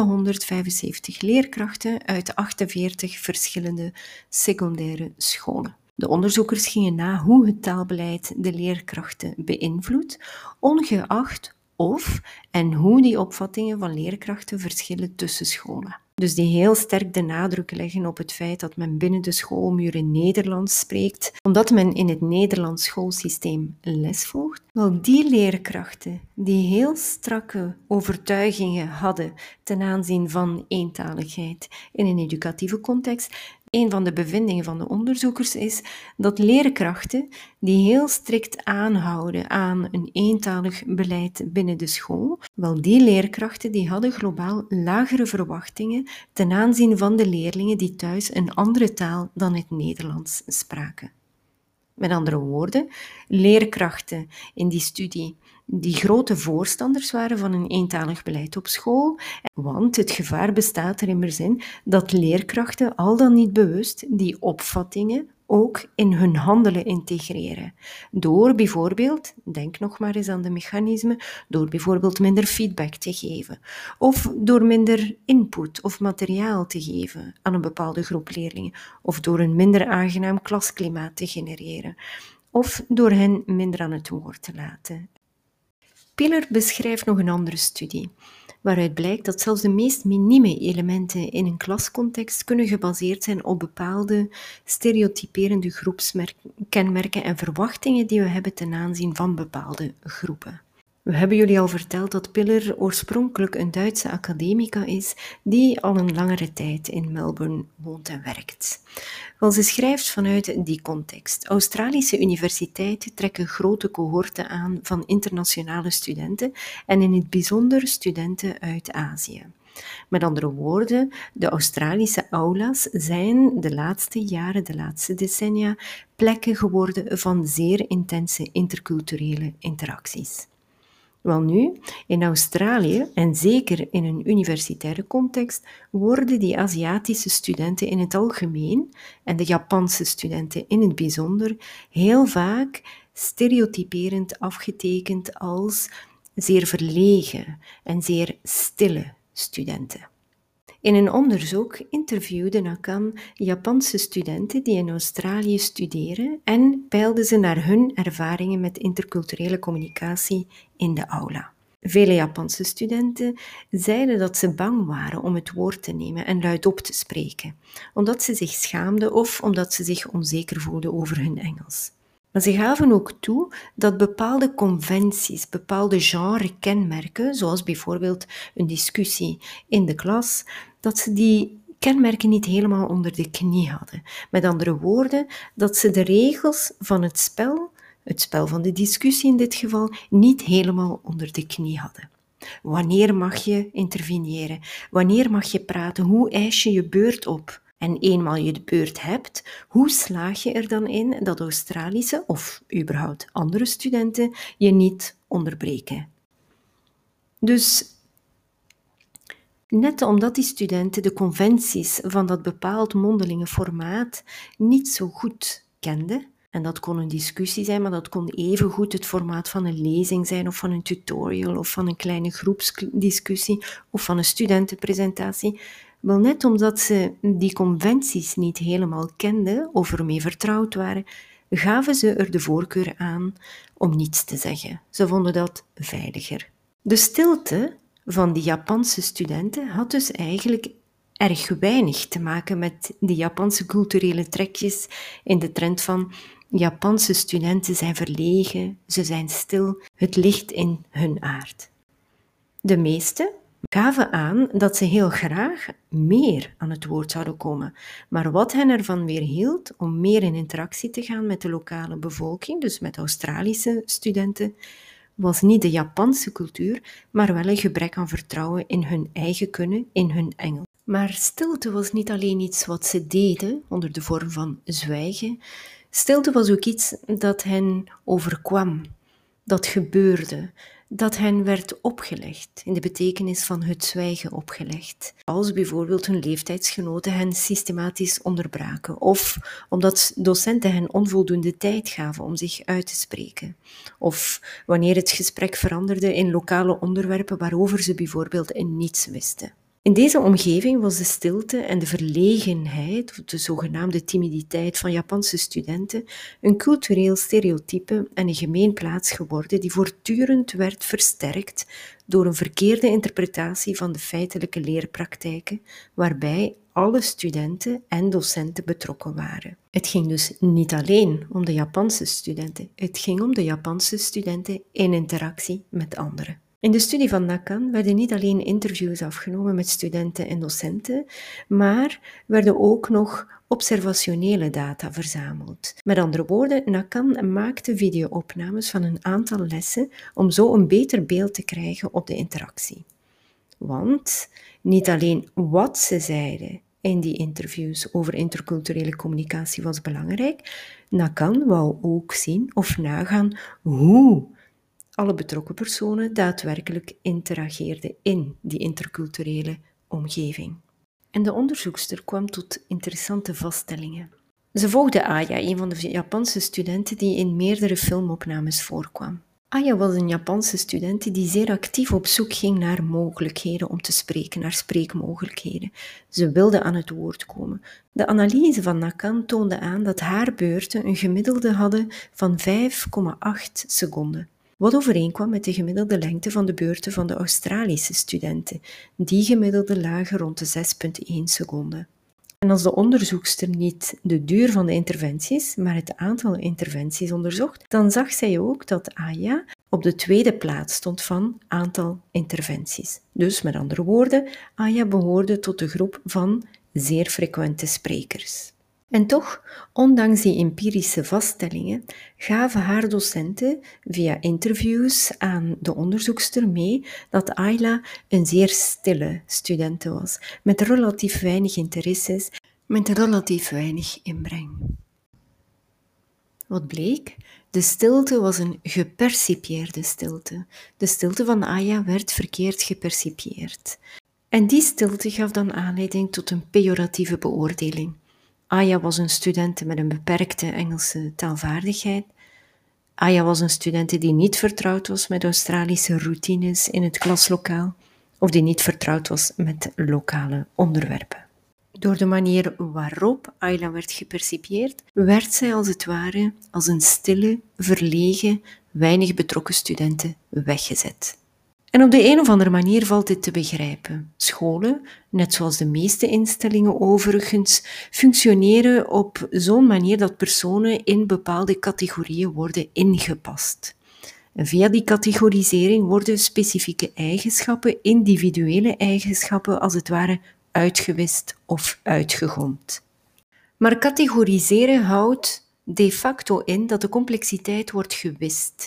775 leerkrachten uit 48 verschillende secundaire scholen. De onderzoekers gingen na hoe het taalbeleid de leerkrachten beïnvloedt, ongeacht of en hoe die opvattingen van leerkrachten verschillen tussen scholen. Dus die heel sterk de nadruk leggen op het feit dat men binnen de schoolmuren Nederlands spreekt, omdat men in het Nederlands schoolsysteem les volgt. Wel, die leerkrachten die heel strakke overtuigingen hadden ten aanzien van eentaligheid in een educatieve context, een van de bevindingen van de onderzoekers is dat leerkrachten die heel strikt aanhouden aan een eentalig beleid binnen de school, wel die leerkrachten die hadden globaal lagere verwachtingen ten aanzien van de leerlingen die thuis een andere taal dan het Nederlands spraken. Met andere woorden, leerkrachten in die studie die grote voorstanders waren van een eentalig beleid op school, want het gevaar bestaat er immers in dat leerkrachten al dan niet bewust die opvattingen ook in hun handelen integreren. Door bijvoorbeeld, denk nog maar eens aan de mechanismen, door bijvoorbeeld minder feedback te geven, of door minder input of materiaal te geven aan een bepaalde groep leerlingen, of door een minder aangenaam klasklimaat te genereren, of door hen minder aan het woord te laten. Piller beschrijft nog een andere studie, waaruit blijkt dat zelfs de meest minieme elementen in een klascontext kunnen gebaseerd zijn op bepaalde stereotyperende groepskenmerken en verwachtingen die we hebben ten aanzien van bepaalde groepen. We hebben jullie al verteld dat Piller oorspronkelijk een Duitse academica is die al een langere tijd in Melbourne woont en werkt. Wel, ze schrijft vanuit die context. Australische universiteiten trekken grote cohorten aan van internationale studenten en in het bijzonder studenten uit Azië. Met andere woorden, de Australische aula's zijn de laatste jaren, de laatste decennia, plekken geworden van zeer intense interculturele interacties. Welnu, in Australië, en zeker in een universitaire context, worden die Aziatische studenten in het algemeen en de Japanse studenten in het bijzonder heel vaak stereotyperend afgetekend als zeer verlegen en zeer stille studenten. In een onderzoek interviewde Nakan Japanse studenten die in Australië studeren en peilden ze naar hun ervaringen met interculturele communicatie in de aula. Vele Japanse studenten zeiden dat ze bang waren om het woord te nemen en luidop te spreken, omdat ze zich schaamden of omdat ze zich onzeker voelden over hun Engels. Maar ze gaven ook toe dat bepaalde conventies, bepaalde genre-kenmerken, zoals bijvoorbeeld een discussie in de klas, dat ze die kenmerken niet helemaal onder de knie hadden. Met andere woorden, dat ze de regels van het spel van de discussie in dit geval, niet helemaal onder de knie hadden. Wanneer mag je interveneren? Wanneer mag je praten? Hoe eis je je beurt op? En eenmaal je de beurt hebt, hoe slaag je er dan in dat Australische of überhaupt andere studenten je niet onderbreken? Dus net omdat die studenten de conventies van dat bepaald mondelinge formaat niet zo goed kenden, en dat kon een discussie zijn, maar dat kon evengoed het formaat van een lezing zijn, of van een tutorial, of van een kleine groepsdiscussie, of van een studentenpresentatie. Wel, net omdat ze die conventies niet helemaal kenden, of ermee vertrouwd waren, gaven ze er de voorkeur aan om niets te zeggen. Ze vonden dat veiliger. De stilte van die Japanse studenten had dus eigenlijk erg weinig te maken met die Japanse culturele trekjes in de trend van Japanse studenten zijn verlegen, ze zijn stil, het ligt in hun aard. De meesten gaven aan dat ze heel graag meer aan het woord zouden komen, maar wat hen ervan weerhield om meer in interactie te gaan met de lokale bevolking, dus met Australische studenten, was niet de Japanse cultuur, maar wel een gebrek aan vertrouwen in hun eigen kunnen, in hun Engels. Maar stilte was niet alleen iets wat ze deden onder de vorm van zwijgen. Stilte was ook iets dat hen overkwam, dat gebeurde, dat hen werd opgelegd, in de betekenis van het zwijgen opgelegd. Als bijvoorbeeld hun leeftijdsgenoten hen systematisch onderbraken, of omdat docenten hen onvoldoende tijd gaven om zich uit te spreken, of wanneer het gesprek veranderde in lokale onderwerpen waarover ze bijvoorbeeld niets wisten. In deze omgeving was de stilte en de verlegenheid, of de zogenaamde timiditeit van Japanse studenten, een cultureel stereotype en een gemeenplaats geworden die voortdurend werd versterkt door een verkeerde interpretatie van de feitelijke leerpraktijken, waarbij alle studenten en docenten betrokken waren. Het ging dus niet alleen om de Japanse studenten, het ging om de Japanse studenten in interactie met anderen. In de studie van Nakan werden niet alleen interviews afgenomen met studenten en docenten, maar werden ook nog observationele data verzameld. Met andere woorden, Nakan maakte video-opnames van een aantal lessen om zo een beter beeld te krijgen op de interactie. Want niet alleen wat ze zeiden in die interviews over interculturele communicatie was belangrijk, Nakan wou ook zien of nagaan hoe alle betrokken personen daadwerkelijk interageerden in die interculturele omgeving. En de onderzoekster kwam tot interessante vaststellingen. Ze volgde Aya, een van de Japanse studenten die in meerdere filmopnames voorkwam. Aya was een Japanse student die zeer actief op zoek ging naar mogelijkheden om te spreken, naar spreekmogelijkheden. Ze wilde aan het woord komen. De analyse van Nakan toonde aan dat haar beurten een gemiddelde hadden van 5,8 seconden. Wat overeenkwam met de gemiddelde lengte van de beurten van de Australische studenten. Die gemiddelde lagen rond de 6,1 seconden. En als de onderzoekster niet de duur van de interventies, maar het aantal interventies onderzocht, dan zag zij ook dat Aya op de tweede plaats stond van aantal interventies. Dus met andere woorden, Aya behoorde tot de groep van zeer frequente sprekers. En toch, ondanks die empirische vaststellingen, gaven haar docenten via interviews aan de onderzoekster mee dat Ayla een zeer stille studente was, met relatief weinig interesses, met relatief weinig inbreng. Wat bleek? De stilte was een gepercipieerde stilte. De stilte van Aya werd verkeerd gepercipieerd. En die stilte gaf dan aanleiding tot een pejoratieve beoordeling. Aya was een student met een beperkte Engelse taalvaardigheid. Aya was een student die niet vertrouwd was met Australische routines in het klaslokaal of die niet vertrouwd was met lokale onderwerpen. Door de manier waarop Ayla werd gepercipieerd, werd zij als het ware als een stille, verlegen, weinig betrokken studente weggezet. En op de een of andere manier valt dit te begrijpen. Scholen, net zoals de meeste instellingen overigens, functioneren op zo'n manier dat personen in bepaalde categorieën worden ingepast. En via die categorisering worden specifieke eigenschappen, individuele eigenschappen, als het ware uitgewist of uitgegomd. Maar categoriseren houdt de facto in dat de complexiteit wordt gewist.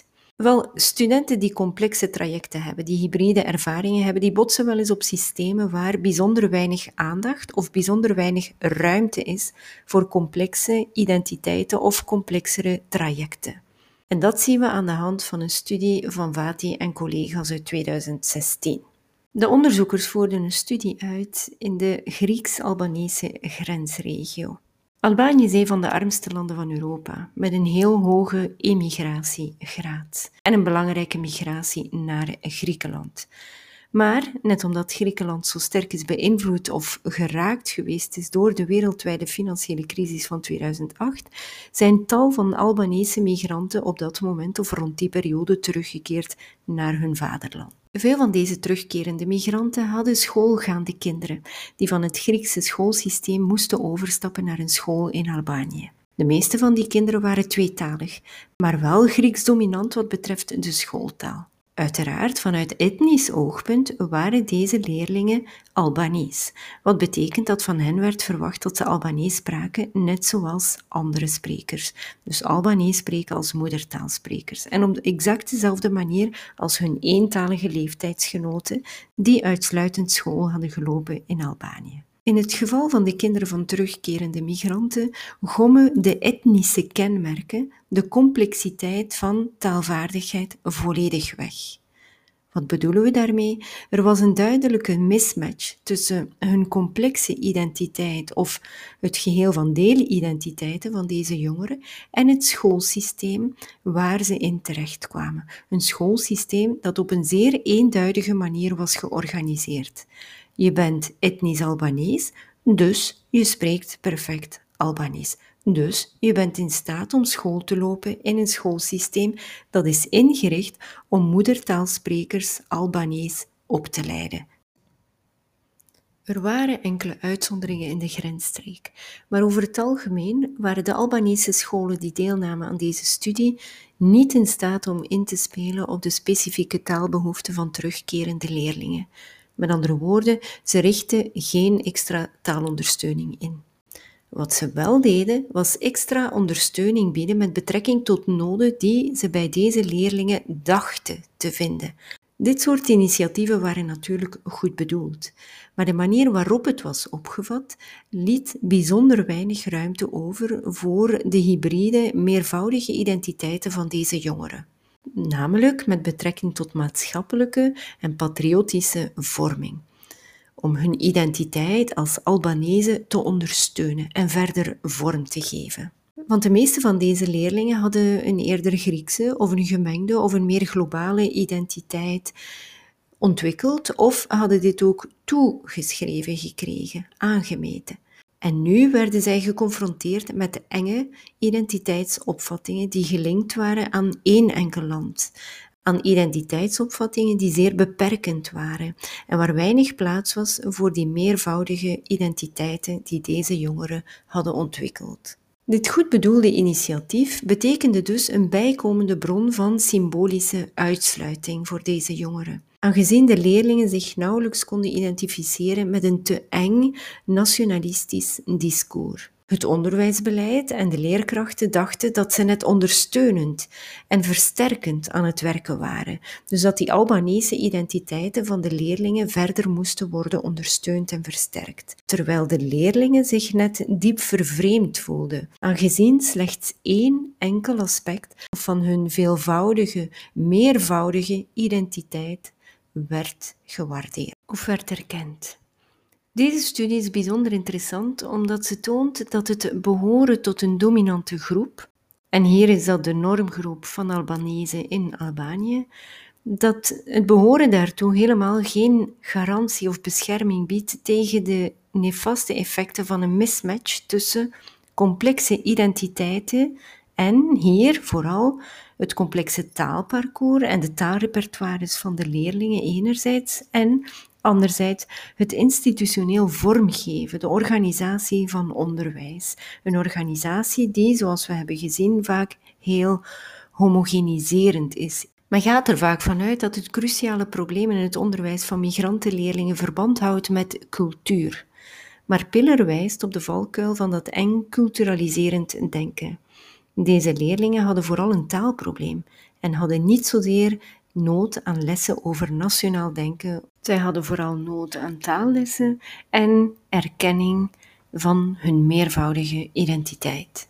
Wel, studenten die complexe trajecten hebben, die hybride ervaringen hebben, die botsen wel eens op systemen waar bijzonder weinig aandacht of bijzonder weinig ruimte is voor complexe identiteiten of complexere trajecten. En dat zien we aan de hand van een studie van Vati en collega's uit 2016. De onderzoekers voerden een studie uit in de Grieks-Albanese grensregio. Albanië is een van de armste landen van Europa, met een heel hoge emigratiegraad en een belangrijke migratie naar Griekenland. Maar, net omdat Griekenland zo sterk is beïnvloed of geraakt geweest is door de wereldwijde financiële crisis van 2008, zijn tal van Albanese migranten op dat moment of rond die periode teruggekeerd naar hun vaderland. Veel van deze terugkerende migranten hadden schoolgaande kinderen, die van het Griekse schoolsysteem moesten overstappen naar een school in Albanië. De meeste van die kinderen waren tweetalig, maar wel Grieks dominant wat betreft de schooltaal. Uiteraard, vanuit etnisch oogpunt waren deze leerlingen Albanees, wat betekent dat van hen werd verwacht dat ze Albanees spraken, net zoals andere sprekers. Dus Albanees spreken als moedertaalsprekers en op exact dezelfde manier als hun eentalige leeftijdsgenoten die uitsluitend school hadden gelopen in Albanië. In het geval van de kinderen van terugkerende migranten gommen de etnische kenmerken de complexiteit van taalvaardigheid volledig weg. Wat bedoelen we daarmee? Er was een duidelijke mismatch tussen hun complexe identiteit of het geheel van deelidentiteiten van deze jongeren en het schoolsysteem waar ze in terechtkwamen. Een schoolsysteem dat op een zeer eenduidige manier was georganiseerd. Je bent etnisch Albanees, dus je spreekt perfect Albanees. Dus je bent in staat om school te lopen in een schoolsysteem dat is ingericht om moedertaalsprekers Albanees op te leiden. Er waren enkele uitzonderingen in de grensstreek, maar over het algemeen waren de Albanese scholen die deelnamen aan deze studie niet in staat om in te spelen op de specifieke taalbehoeften van terugkerende leerlingen. Met andere woorden, ze richtten geen extra taalondersteuning in. Wat ze wel deden, was extra ondersteuning bieden met betrekking tot noden die ze bij deze leerlingen dachten te vinden. Dit soort initiatieven waren natuurlijk goed bedoeld, maar de manier waarop het was opgevat liet bijzonder weinig ruimte over voor de hybride, meervoudige identiteiten van deze jongeren. Namelijk met betrekking tot maatschappelijke en patriotische vorming, om hun identiteit als Albanese te ondersteunen en verder vorm te geven. Want de meeste van deze leerlingen hadden een eerder Griekse of een gemengde of een meer globale identiteit ontwikkeld of hadden dit ook toegeschreven gekregen, aangemeten. En nu werden zij geconfronteerd met de enge identiteitsopvattingen die gelinkt waren aan één enkel land, aan identiteitsopvattingen die zeer beperkend waren en waar weinig plaats was voor die meervoudige identiteiten die deze jongeren hadden ontwikkeld. Dit goed bedoelde initiatief betekende dus een bijkomende bron van symbolische uitsluiting voor deze jongeren, aangezien de leerlingen zich nauwelijks konden identificeren met een te eng nationalistisch discours. Het onderwijsbeleid en de leerkrachten dachten dat ze net ondersteunend en versterkend aan het werken waren, dus dat die Albanese identiteiten van de leerlingen verder moesten worden ondersteund en versterkt, terwijl de leerlingen zich net diep vervreemd voelden, aangezien slechts één enkel aspect van hun veelvoudige, meervoudige identiteit werd gewaardeerd of werd erkend. Deze studie is bijzonder interessant omdat ze toont dat het behoren tot een dominante groep, en hier is dat de normgroep van Albanese in Albanië, dat het behoren daartoe helemaal geen garantie of bescherming biedt tegen de nefaste effecten van een mismatch tussen complexe identiteiten en hier vooral het complexe taalparcours en de taalrepertoires van de leerlingen enerzijds en anderzijds het institutioneel vormgeven, de organisatie van onderwijs. Een organisatie die, zoals we hebben gezien, vaak heel homogeniserend is. Men gaat er vaak vanuit dat het cruciale probleem in het onderwijs van migrantenleerlingen verband houdt met cultuur. Maar Piller wijst op de valkuil van dat eng culturaliserend denken. Deze leerlingen hadden vooral een taalprobleem en hadden niet zozeer nood aan lessen over nationaal denken. Zij hadden vooral nood aan taallessen en erkenning van hun meervoudige identiteit.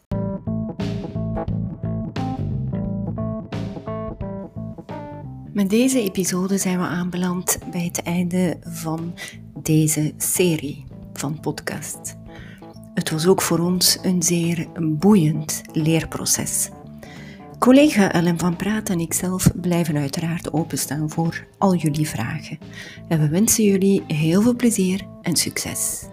Met deze episode zijn we aanbeland bij het einde van deze serie van podcast. Het was ook voor ons een zeer boeiend leerproces. Collega Ellen van Praat en ikzelf blijven uiteraard openstaan voor al jullie vragen. En we wensen jullie heel veel plezier en succes.